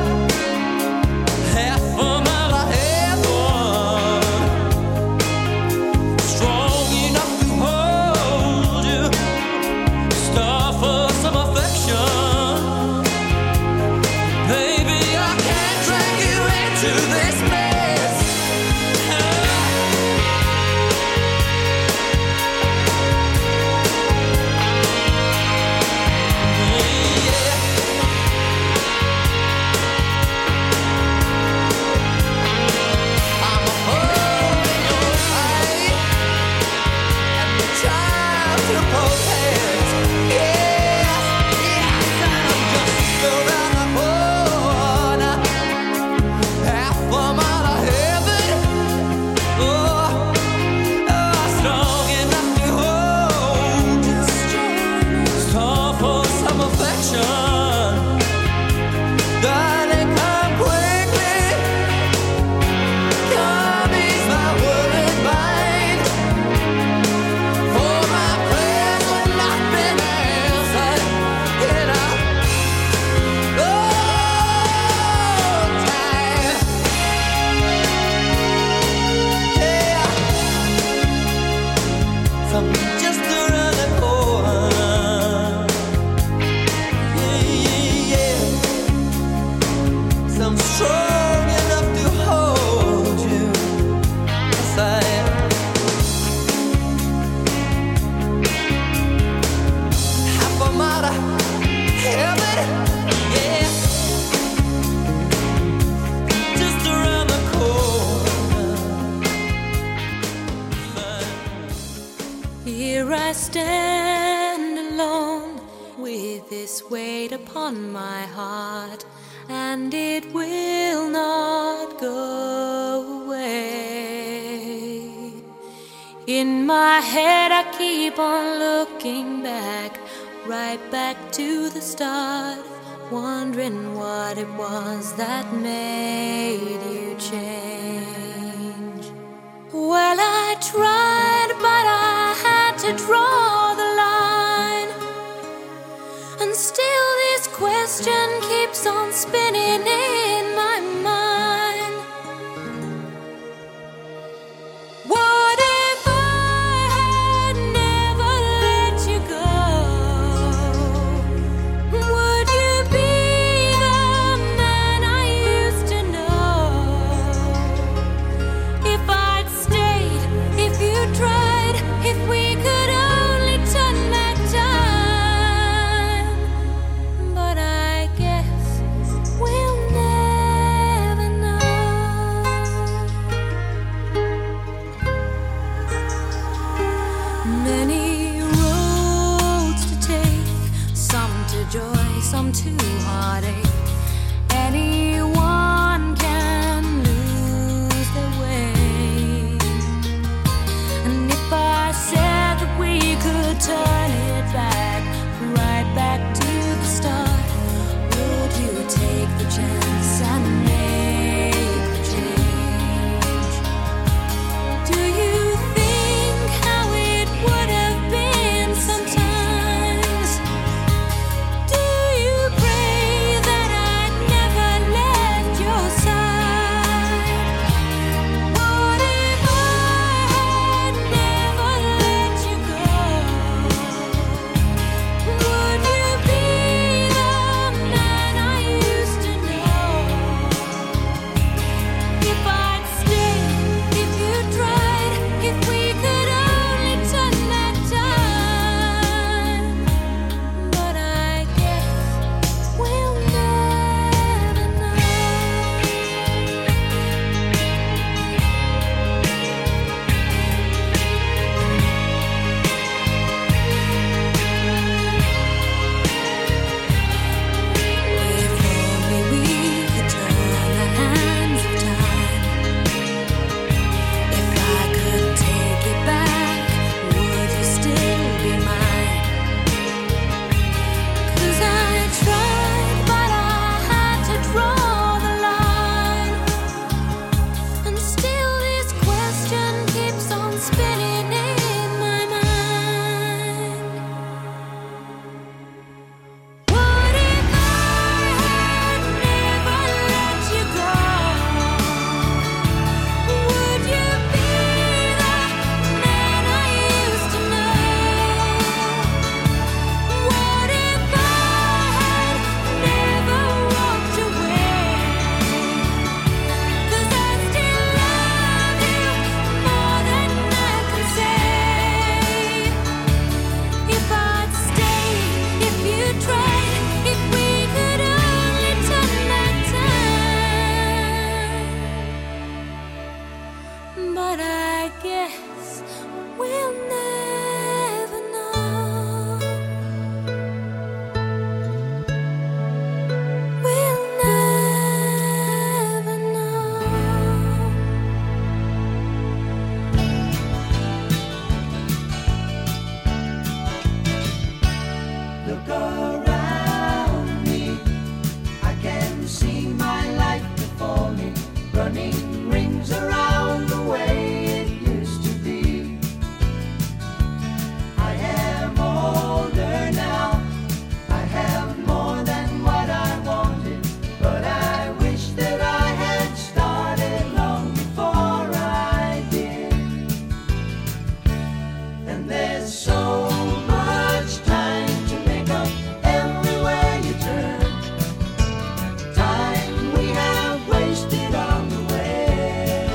half a mile ahead, strong enough to hold you, star for some affection. Baby, I can't drag you into this mess. I'm a hole in your eye, and the child to protect. Yes, yes, and I'm just around the corner, half a mile ahead. Oh, oh, strong enough to hold you, star for some affection. Darling, come quickly, come ease my worried mind. For my prayers have not been answered in a long time. Yeah, from just around the corner. Yeah, yeah, yeah. So I'm strong enough to hold you. Yes, I am. Half a mile of heaven, yeah. Just around the corner. Here I stand alone with this weight upon my heart, and it will not go away. In my head I keep on looking back, right back to the start, wondering what it was that made you change. Well, I tried, but I had to draw the line, and still this question keeps on spinning in my mind. What if I had never let you go? Would you be the man I used to know? If I'd stayed, if you tried, if we could only turn back time. But I guess we'll never know. Many roads to take, some to joy, some to heartache. Anyone can lose their way. And if I said that we could turn it back, right back to the start, would you take the chance and make the change? Do you think how it would have been sometimes? Do you pray that We'll never know. We'll never know. Look around me, I can see my life before me, running rings around the way it used to be. I am older now, I have more than what I wanted, but I wish that I had started long before I did. And there's so much time to make up everywhere you turn, time we have wasted on the way.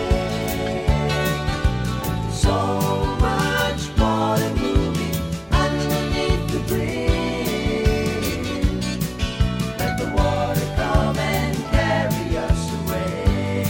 So much water moving underneath the bridge. Let the water come and carry us away.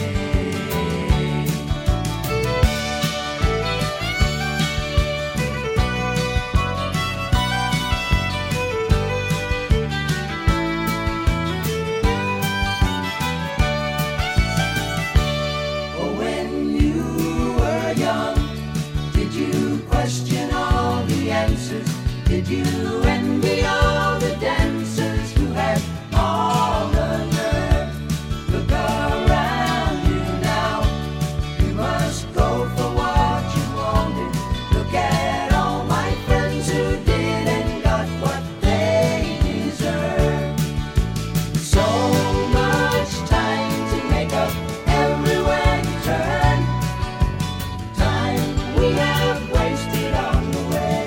Oh, when you were young, did you question all the answers? Did you envy all the dancers who had all the nerve? Look around you now, you must go for what you wanted. Look at all my friends who did and got what they deserve. So much time to make up everywhere you turn, time we have wasted on the way.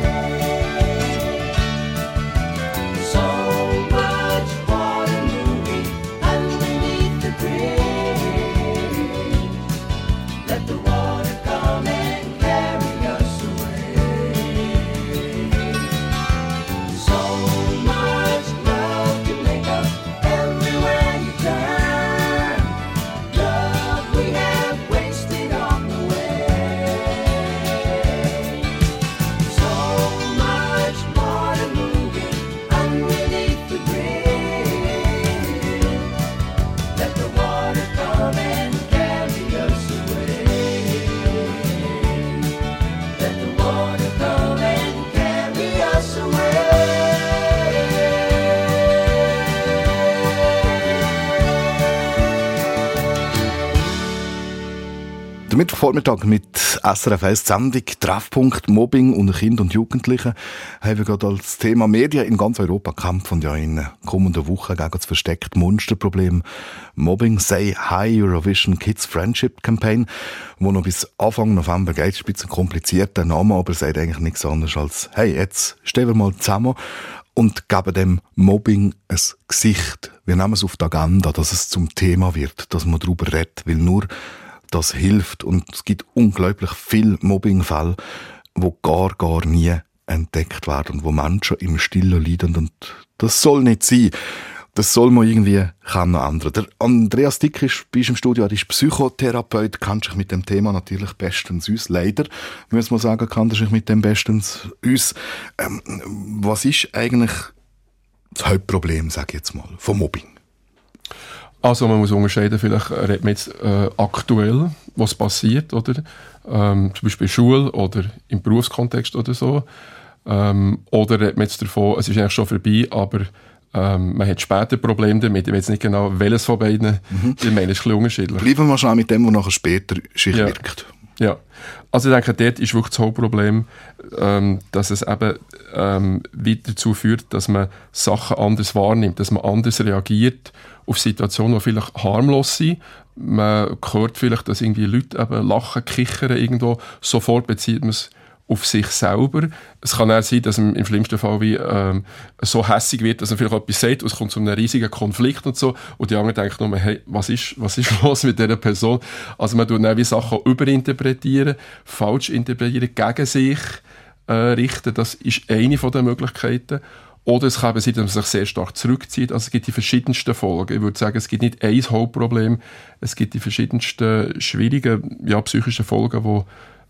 So much water moving underneath the bridge. Let the water come and carry us away. So much love to make up everywhere you turn, love we have wasted on the way. So much water moving underneath the bridge. Let the water come and carry us away. Let the water come and carry us away. Der Mittwochvormittag mit S R F eins Sendung Treffpunkt Mobbing unter Kindern und Jugendlichen haben wir gerade als Thema Medien in ganz Europa kämpfen und ja in kommenden Wochen gegen das versteckte Monsterproblem Mobbing Say Hi Eurovision Kids Friendship Campaign, wo noch bis Anfang November geht. Ist ein bisschen komplizierter Name, aber sagt eigentlich nichts anderes als hey, jetzt stehen wir mal zusammen und geben dem Mobbing ein Gesicht. Wir nehmen es auf die Agenda, dass es zum Thema wird, dass man darüber redet, weil nur das hilft. Und es gibt unglaublich viele Mobbingfälle, die gar, gar nie entdeckt werden und wo Menschen im Stillen leiden. Und das soll nicht sein. Das soll man irgendwie kann noch ändern. Der Andreas Dick ist bei uns im Studio, er ist Psychotherapeut, kennt sich mit dem Thema natürlich bestens aus. Leider, muss man sagen, kennt er sich mit dem bestens aus. Ähm, was ist eigentlich das Hauptproblem, sage ich jetzt mal, vom Mobbing? Also man muss unterscheiden, vielleicht redet man jetzt äh, aktuell, was passiert, oder? Ähm, zum Beispiel in der Schule oder im Berufskontext oder so. Ähm, oder redet man jetzt davon, es ist eigentlich schon vorbei, aber ähm, man hat später Probleme damit. Ich weiß nicht genau, welches von beiden. Mhm. Ich meine, es ist ein bisschen unterschiedlich. Bleiben wir schnell mit dem, was nachher später sich ja. wirkt. Ja, also ich denke, dort ist wirklich das Hauptproblem, ähm, dass es eben ähm, wieder dazu führt, dass man Sachen anders wahrnimmt, dass man anders reagiert auf Situationen, die vielleicht harmlos sind. Man hört vielleicht, dass irgendwie Leute eben lachen, kichern irgendwo, sofort bezieht man es auf sich selber. Es kann auch sein, dass man im schlimmsten Fall wie, ähm, so hässig wird, dass man vielleicht etwas sagt und es kommt zu einem riesigen Konflikt und so und die anderen denken nur, hey, was ist, was ist los mit dieser Person? Also man tut dann wie Sachen überinterpretieren, falsch interpretieren, gegen sich äh, richten. Das ist eine von den Möglichkeiten. Oder es kann eben sein, dass man sich sehr stark zurückzieht. Also es gibt die verschiedensten Folgen. Ich würde sagen, es gibt nicht ein Hauptproblem. Es gibt die verschiedensten schwierigen, ja, psychischen Folgen, die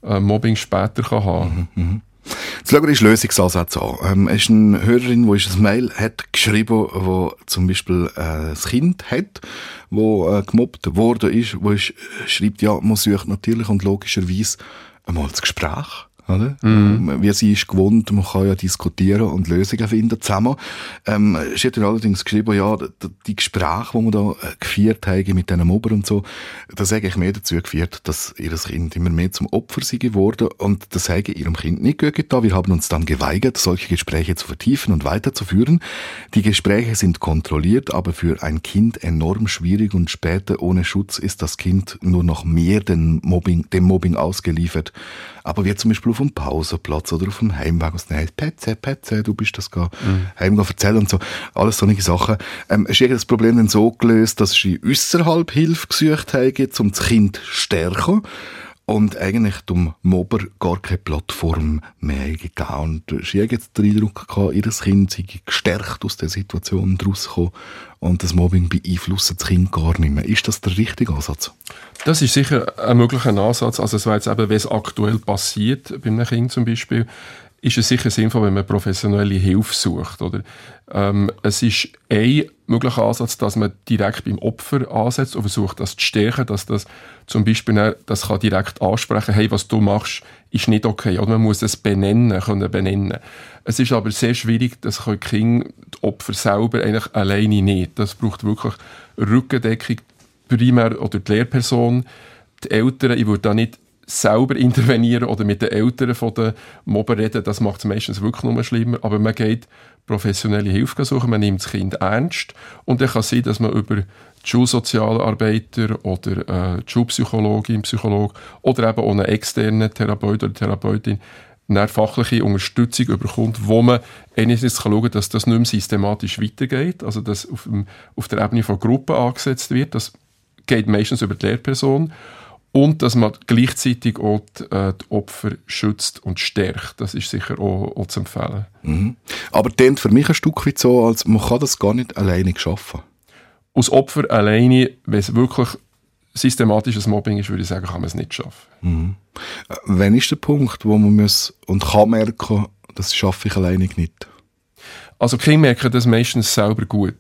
äh, Mobbing später kann haben. Mhm, mhm. Jetzt schauen wir uns Lösungsansätze an. Ähm, es ist eine Hörerin, die uns ein Mail hat geschrieben, wo zum Beispiel äh, ein Kind hat, wo äh, gemobbt worden ist, wo ist, schreibt, ja, man sucht natürlich und logischerweise einmal das Gespräch. Oder? Mhm. Wie sie ist gewohnt, man kann ja diskutieren und Lösungen finden zusammen. Ähm, sie hat dann allerdings geschrieben, ja, die Gespräche, die wir da geführt haben mit diesen Mobber und so, das hat eigentlich mehr dazu geführt, dass ihr Kind immer mehr zum Opfer sei geworden und das hat ihrem Kind nicht gut getan. Wir haben uns dann geweigert, solche Gespräche zu vertiefen und weiterzuführen. Die Gespräche sind kontrolliert, aber für ein Kind enorm schwierig und später ohne Schutz ist das Kind nur noch mehr dem Mobbing, dem Mobbing ausgeliefert. Aber wie zum Beispiel auf dem Pausenplatz oder auf dem Heimweg, was heißt, Petze, Petze, du bist das ga, mhm. heim erzählen und so. Alles solche Sachen. Ähm, ist das Problem dann so gelöst, dass sie äusserhalb Hilfe gesucht haben, um das Kind zu stärken und eigentlich dem Mobber gar keine Plattform mehr gegeben. Und sie hat jetzt den Eindruck gehabt, ihr Kind sei gestärkt aus der Situation rausgekommen und das Mobbing beeinflusst das Kind gar nicht mehr. Ist das der richtige Ansatz? Das ist sicher ein möglicher Ansatz. Also es wäre jetzt eben, wenn es aktuell passiert, bei einem Kind zum Beispiel, ist es sicher sinnvoll, wenn man professionelle Hilfe sucht. Oder? Ähm, es ist ein möglicher Ansatz, dass man direkt beim Opfer ansetzt und versucht, das zu stärken, dass das zum Beispiel das kann direkt ansprechen, hey, was du machst, ist nicht okay. Oder man muss es benennen, können benennen. Es ist aber sehr schwierig, das können die Kinder, die Opfer selber eigentlich alleine nicht. Das braucht wirklich Rückendeckung, primär oder die Lehrperson, die Eltern. Ich würde da nicht selber intervenieren oder mit den Eltern von den Mobber reden, das macht es meistens wirklich nur schlimmer, aber man geht professionelle Hilfe suchen, man nimmt das Kind ernst und dann kann es sein, dass man über die Schulsozialarbeiter oder äh, die Schulpsychologin, Psychologe oder eben auch einen externen Therapeut oder Therapeutin eine fachliche Unterstützung bekommt, wo man einerseits schauen kann, dass das nicht mehr systematisch weitergeht, also dass auf, dem, auf der Ebene von Gruppen angesetzt wird, das geht meistens über die Lehrperson. Und dass man gleichzeitig auch die, äh, die Opfer schützt und stärkt. Das ist sicher auch, auch zu empfehlen. Mhm. Aber das für mich ein Stück weit so, als man kann das gar nicht alleine schaffen. Als Opfer alleine, wenn es wirklich systematisches Mobbing ist, würde ich sagen, kann man es nicht schaffen. Mhm. Wann ist der Punkt, wo man muss und kann merken, das schaffe ich alleine nicht? Also Kinder merken das meistens selber gut.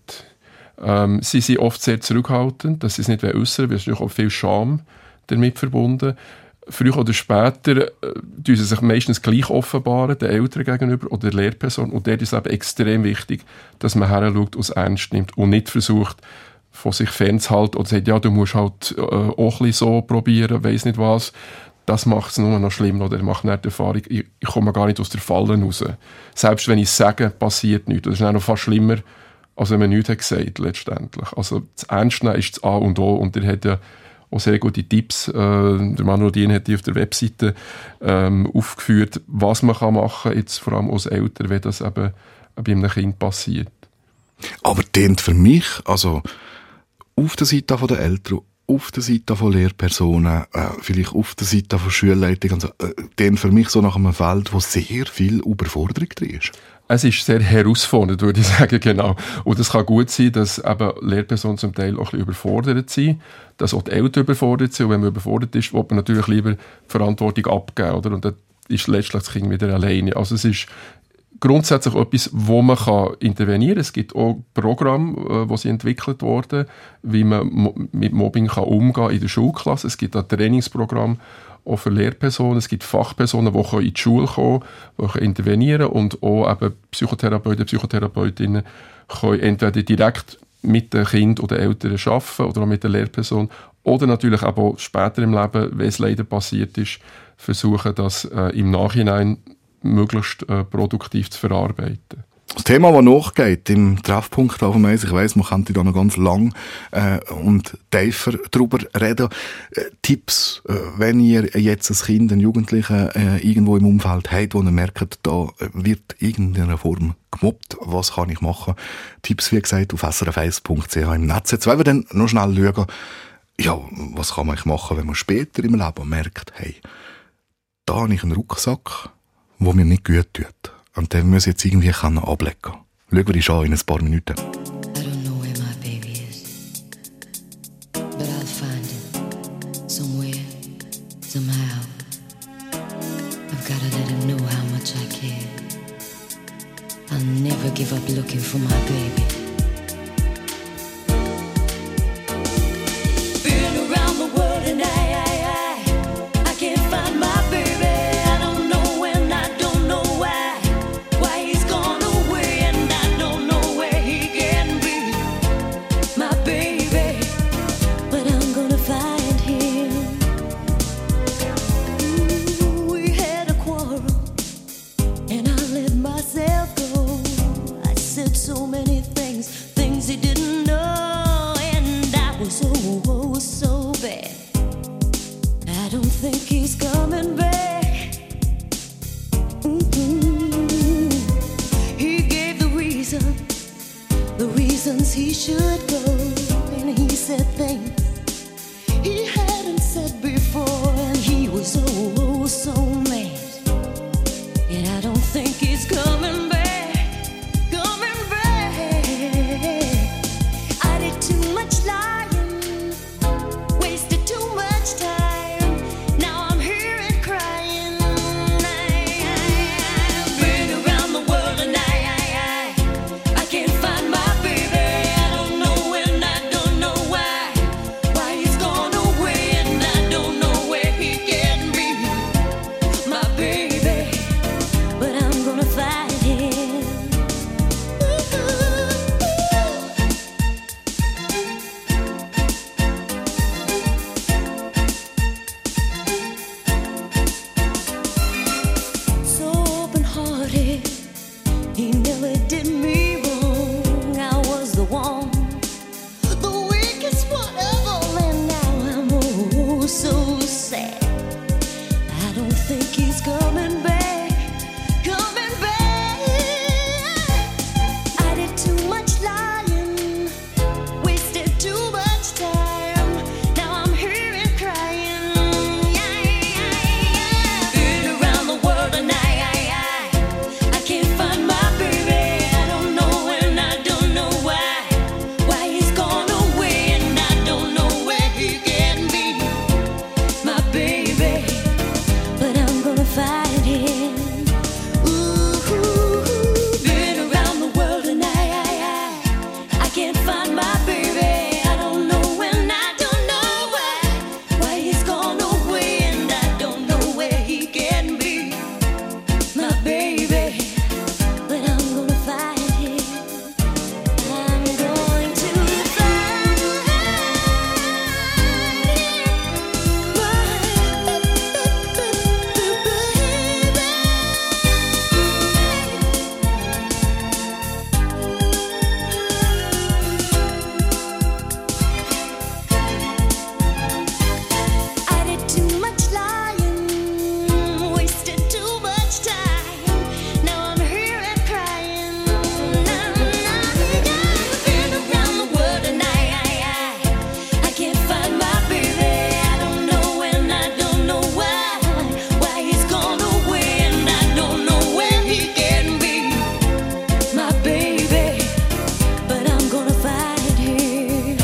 Ähm, sie sind oft sehr zurückhaltend, dass sie es nicht äußern wollen, weil es ist auch viel Scham damit verbunden. Früher oder später äh, tun sie sich meistens gleich offenbaren, den Eltern gegenüber oder der Lehrperson. Und dort ist es eben extrem wichtig, dass man heranschaut und es ernst nimmt und nicht versucht, von sich fernzuhalten oder sagt, ja, du musst halt äh, auch ein bisschen so probieren, weiss nicht was. Das macht es nur noch schlimmer oder macht nicht die Erfahrung, ich, ich komme gar nicht aus der Falle raus. Selbst wenn ich es sage, passiert nichts. Das ist auch noch fast schlimmer, als wenn man nichts hat gesagt letztendlich. Also das Ernst nehmen ist das A und O und der hat ja auch sehr gute Tipps. Äh, der Manuel Dien hat die auf der Webseite ähm, aufgeführt, was man kann machen, jetzt vor allem als Eltern, wenn das eben bei einem Kind passiert. Aber das für mich, also auf der Seite der Eltern, auf der Seite von Lehrpersonen, äh, vielleicht auf der Seite von Schulleitungen, also, äh, das für mich so nach einem Feld, wo sehr viel Überforderung drin ist. Es ist sehr herausfordernd, würde ich sagen, genau. Und es kann gut sein, dass eben Lehrpersonen zum Teil auch ein bisschen überfordert sind, dass auch die Eltern überfordert sind. Und wenn man überfordert ist, will man natürlich lieber die Verantwortung abgeben, oder? Und dann ist letztlich das Kind wieder alleine. Also es ist grundsätzlich etwas, wo man kann intervenieren kann. Es gibt auch Programme, die entwickelt wurden, wie man mit Mobbing kann umgehen kann in der Schulklasse. Es gibt ein Trainingsprogramm auch für Lehrpersonen. Es gibt Fachpersonen, die in die Schule kommen, die intervenieren können und auch eben Psychotherapeuten, Psychotherapeutinnen können entweder direkt mit den Kindern oder Eltern arbeiten oder auch mit der Lehrperson oder natürlich auch später im Leben, wenn es leider passiert ist, versuchen, das äh, im Nachhinein möglichst äh, produktiv zu verarbeiten. Das Thema, das nachgeht im Treffpunkt auf dem Eis, ich weiss, man könnte da noch ganz lang äh, und tiefer drüber reden. Äh, Tipps, äh, wenn ihr jetzt ein Kind, einen Jugendlichen äh, irgendwo im Umfeld habt, wo ihr merkt, da wird irgendeiner Form gemobbt, was kann ich machen? Tipps, wie gesagt, auf s r f eins punkt c h im Netz. Jetzt wollen wir dann noch schnell schauen, ja, was kann man machen, wenn man später im Leben merkt, hey, da habe ich einen Rucksack, der mir nicht gut tut. Und den muss ich jetzt irgendwie ablegen können. Schauen wir uns an in ein paar Minuten. I don't know where my baby is, but I'll find him somewhere, somehow. gotta let him know how much I care. I'll never give up looking for my baby. Been around the world and I, I, I, I can't find my baby. I don't know when, I don't know why, why he's gone away, and I don't know where he can be, my baby. But I'm gonna find him. Ooh, we had a quarrel, and I let myself go. I said so many things, things he didn't know, and I was oh, oh so bad. I don't think he's coming back. Mm-hmm. He gave the reason, the reasons he should go, and he said things he hadn't said before, and he was oh, oh so mad. And I don't think he's coming back, coming back. I did too much lying, wasted too much time. Now I'm here and crying. I've been around the world and I, I, I, I can't find my baby. I don't know when, I don't know why, why he's gone away, and I don't know where he can be, my baby. But I'm gonna find him. So open-hearted, he never did me wrong. I was the one, the weakest one of all, and now I'm oh so sad. I don't think he's coming back, coming back. I did too much lying, wasted too much time. Now I'm here and crying. Been around the world and I, I, I, I can't find my baby. I don't know when, I don't know why, why he's gone away, and I don't know where he can be, my baby. But I'm gonna find him. Ooh, been around the world and I, I, I, I can't find my baby. I don't know when, I don't know why, why he's gone away, and I don't know where he can be, my baby. But I'm gonna find him. I'm going to find I did too much lying, wasted too much time. Now I'm here and crying. Been around the world and I, I, I, I can't find my baby. I don't know when, I don't know why, why he's gone away, and I don't know where he can be, my baby. But I'm gonna find him.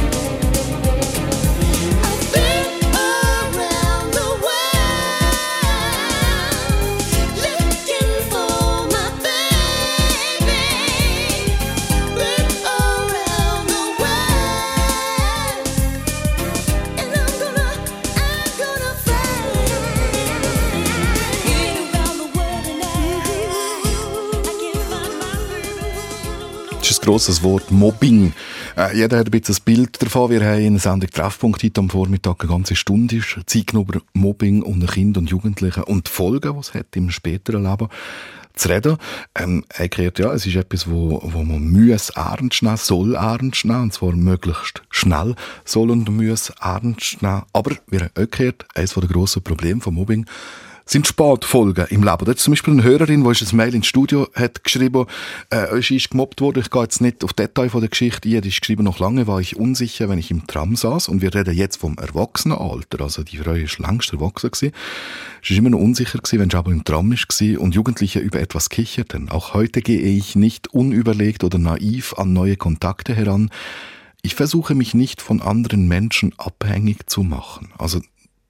I've been around the world, looking for my baby. Been around the world, and I'm gonna, I'm gonna find him. Been around the world and I, I can't find my baby. Das ist ein grosses Wort, Mobbing. Äh, jeder hat ein bisschen ein Bild davon. Wir haben in der Sendung Treffpunkt heute am Vormittag eine ganze Stunde ist Zeit genommen, über Mobbing unter Kindern und Jugendlichen und die Folgen, die es hat im späteren Leben, zu reden. Ähm, er erklärt, ja, es ist etwas, wo, wo man muss ernst nehmen, soll ernst nehmen, und zwar möglichst schnell soll und muss ernst nehmen. Aber, wie er auch gehört, eines der grossen Probleme von Mobbing sind Spätfolgen im Leben. Da ist zum Beispiel eine Hörerin, die ein Mail ins Studio hat geschrieben, äh, sie ist gemobbt worden. Ich gehe jetzt nicht auf Details von der Geschichte ein. Die ist geschrieben, noch lange war ich unsicher, wenn ich im Tram saß. Und wir reden jetzt vom Erwachsenenalter. Also die Frau ist längst erwachsen gewesen. Sie war immer noch unsicher gewesen, wenn sie aber im Tram war und Jugendliche über etwas kicherten. Auch heute gehe ich nicht unüberlegt oder naiv an neue Kontakte heran. Ich versuche mich nicht von anderen Menschen abhängig zu machen. Also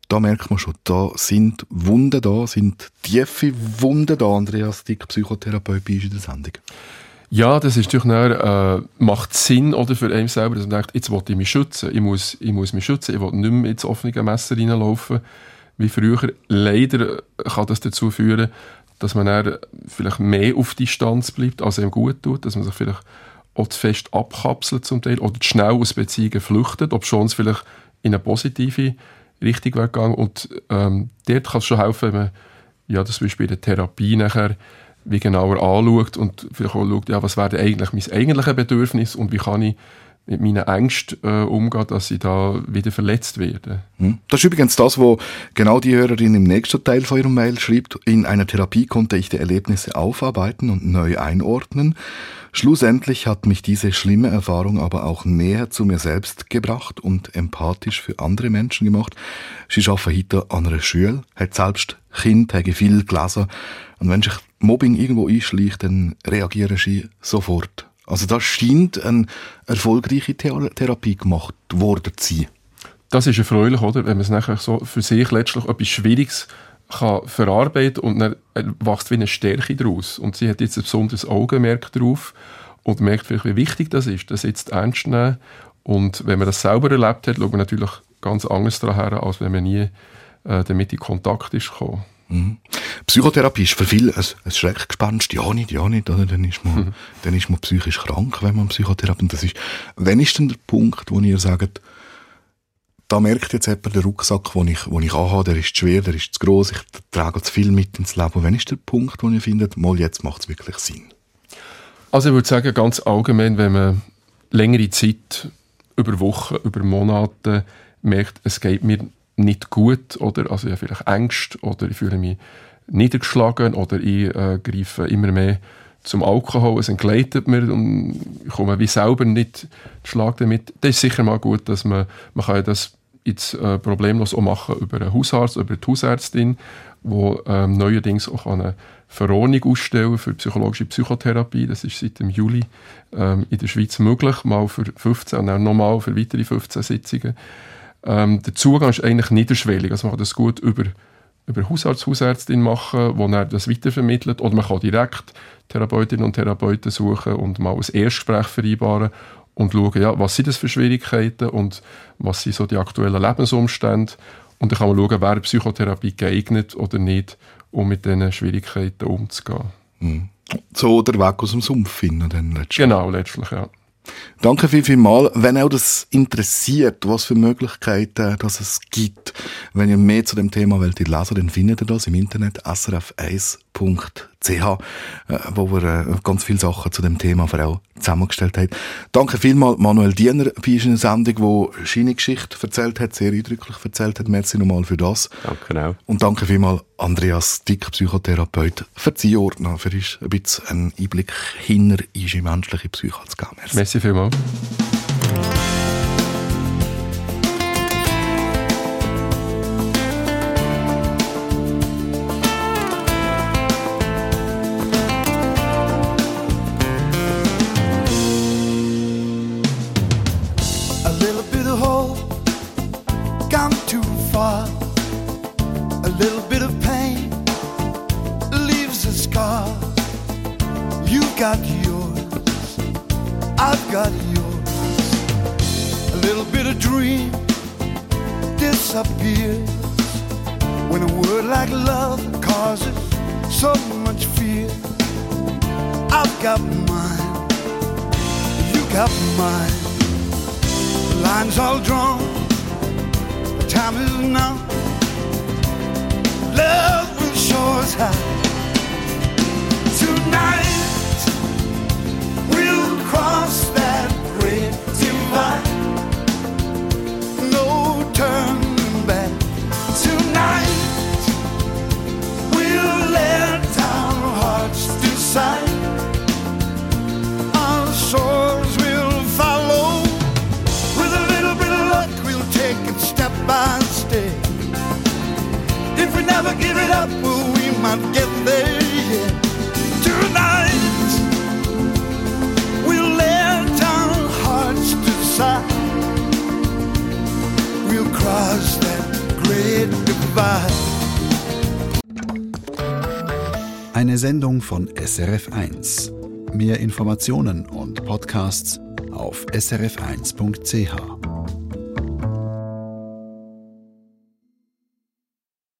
da merkt man schon, da sind Wunden da, sind tiefe Wunden da. Andreas Dick, Psychotherapeut, bei uns in der Sendung. Ja, das ist natürlich dann, äh, macht Sinn oder, für einen selber, dass man denkt, jetzt will ich mich schützen, ich muss, ich muss mich schützen, ich will nicht mehr ins offene Messer reinlaufen, wie früher. Leider kann das dazu führen, dass man dann vielleicht mehr auf Distanz bleibt, als einem gut tut, dass man sich vielleicht auch zu fest abkapselt zum Teil oder zu schnell aus Beziehungen flüchtet, obschon es vielleicht in eine positive Richtung weggegangen. Und ähm, dort kann es schon helfen, wenn man ja, das zum Beispiel in der Therapie nachher wie genauer anschaut und vielleicht auch schaut, ja, was wäre denn eigentlich mein eigentliches Bedürfnis und wie kann ich mit meinen Ängsten äh, umgehen, dass ich da wieder verletzt werde. Das ist übrigens das, was genau die Hörerin im nächsten Teil von ihrem Mail schreibt. In einer Therapie konnte ich die Erlebnisse aufarbeiten und neu einordnen. Schlussendlich hat mich diese schlimme Erfahrung aber auch näher zu mir selbst gebracht und empathisch für andere Menschen gemacht. Sie arbeitet heute an einer Schule, hat selbst Kind, hat viel gelesen. Und wenn sich Mobbing irgendwo einschleicht, dann reagieren sie sofort. Also da scheint eine erfolgreiche Thera- Therapie gemacht worden zu sein. Das ist erfreulich, oder? Wenn man es nachher so für sich letztlich etwas Schwieriges kann verarbeiten und dann wächst wie eine Stärke daraus. Und sie hat jetzt ein besonderes Augenmerk drauf und merkt vielleicht, wie wichtig das ist, das jetzt ernst zu nehmen. Und wenn man das selber erlebt hat, schaut man natürlich ganz anders daran, als wenn man nie äh, damit in Kontakt ist gekommen. Mhm. Psychotherapie ist für viele ein, ein Schreckgespenst. Ja nicht, ja nicht. Oder? Dann, ist man, mhm. dann ist man psychisch krank, wenn man Psychotherapie... Und das ist, wann ist denn der Punkt, wo ihr sagt, da merkt jetzt jemand, der Rucksack, den ich, den ich anhabe, der ist zu schwer, der ist zu gross, ich trage zu viel mit ins Leben. Wann ist der Punkt, wo ihr findet, mal jetzt macht es wirklich Sinn? Also ich würde sagen, ganz allgemein, wenn man längere Zeit, über Wochen, über Monate merkt, es geht mir nicht gut, oder also ich habe vielleicht Ängste oder ich fühle mich niedergeschlagen oder ich äh, greife immer mehr zum Alkohol, es entgleitet mir und ich komme wie selber nicht Schlag damit. Das ist sicher mal gut, dass man, man kann das jetzt äh, problemlos auch machen über einen Hausarzt, über die Hausärztin, die ähm, neuerdings auch eine Verordnung ausstellen für psychologische Psychotherapie. Das ist seit dem Juli ähm, in der Schweiz möglich, mal für fünfzehn und dann nochmal für weitere fünfzehn Sitzungen. Ähm, der Zugang ist eigentlich niederschwellig, also man kann das gut über über Hausarzt, Hausärztin machen, wo er das weitervermittelt. Oder man kann direkt Therapeutinnen und Therapeuten suchen und mal ein Erstgespräch vereinbaren und schauen, ja, was sind das für Schwierigkeiten und was sind so die aktuellen Lebensumstände. Und dann kann man schauen, wäre Psychotherapie geeignet oder nicht, um mit diesen Schwierigkeiten umzugehen. Mhm. So der Weg aus dem Sumpf finden dann letztlich. Genau, letztlich, ja. Danke viel, viel mal. Wenn auch das interessiert, was für Möglichkeiten dass es gibt, wenn ihr mehr zu dem Thema wollt lesen, dann findet ihr das im Internet s r f eins punkt c h, wo wir äh, ganz viele Sachen zu dem Thema für auch zusammengestellt haben. Danke vielmal Manuel Diener bei uns in der Sendung, wo seine Geschichte erzählt hat, sehr eindrücklich erzählt hat. Merci nochmal für das. Danke auch. Und danke vielmal Andreas Dick, Psychotherapeut, für die Einordnung, für uns ein bisschen einen Einblick hinter unsere menschliche Psyche zu geben. Merci. Merci vielmals. Got yours, I've got yours. A little bit of dream disappears when a word like love causes so much fear. I've got mine, you got mine. The line's all drawn, the time is now. Love will show us how. Tonight cross that great divide, no turning back. Tonight we'll let our hearts decide. Our souls will follow. With a little bit of luck, we'll take it step by step. If we never give it up, well, we might get there yet. Tonight we'll cross that great goodbye. Eine Sendung von S R F eins. Mehr Informationen und Podcasts auf s r f eins punkt c h.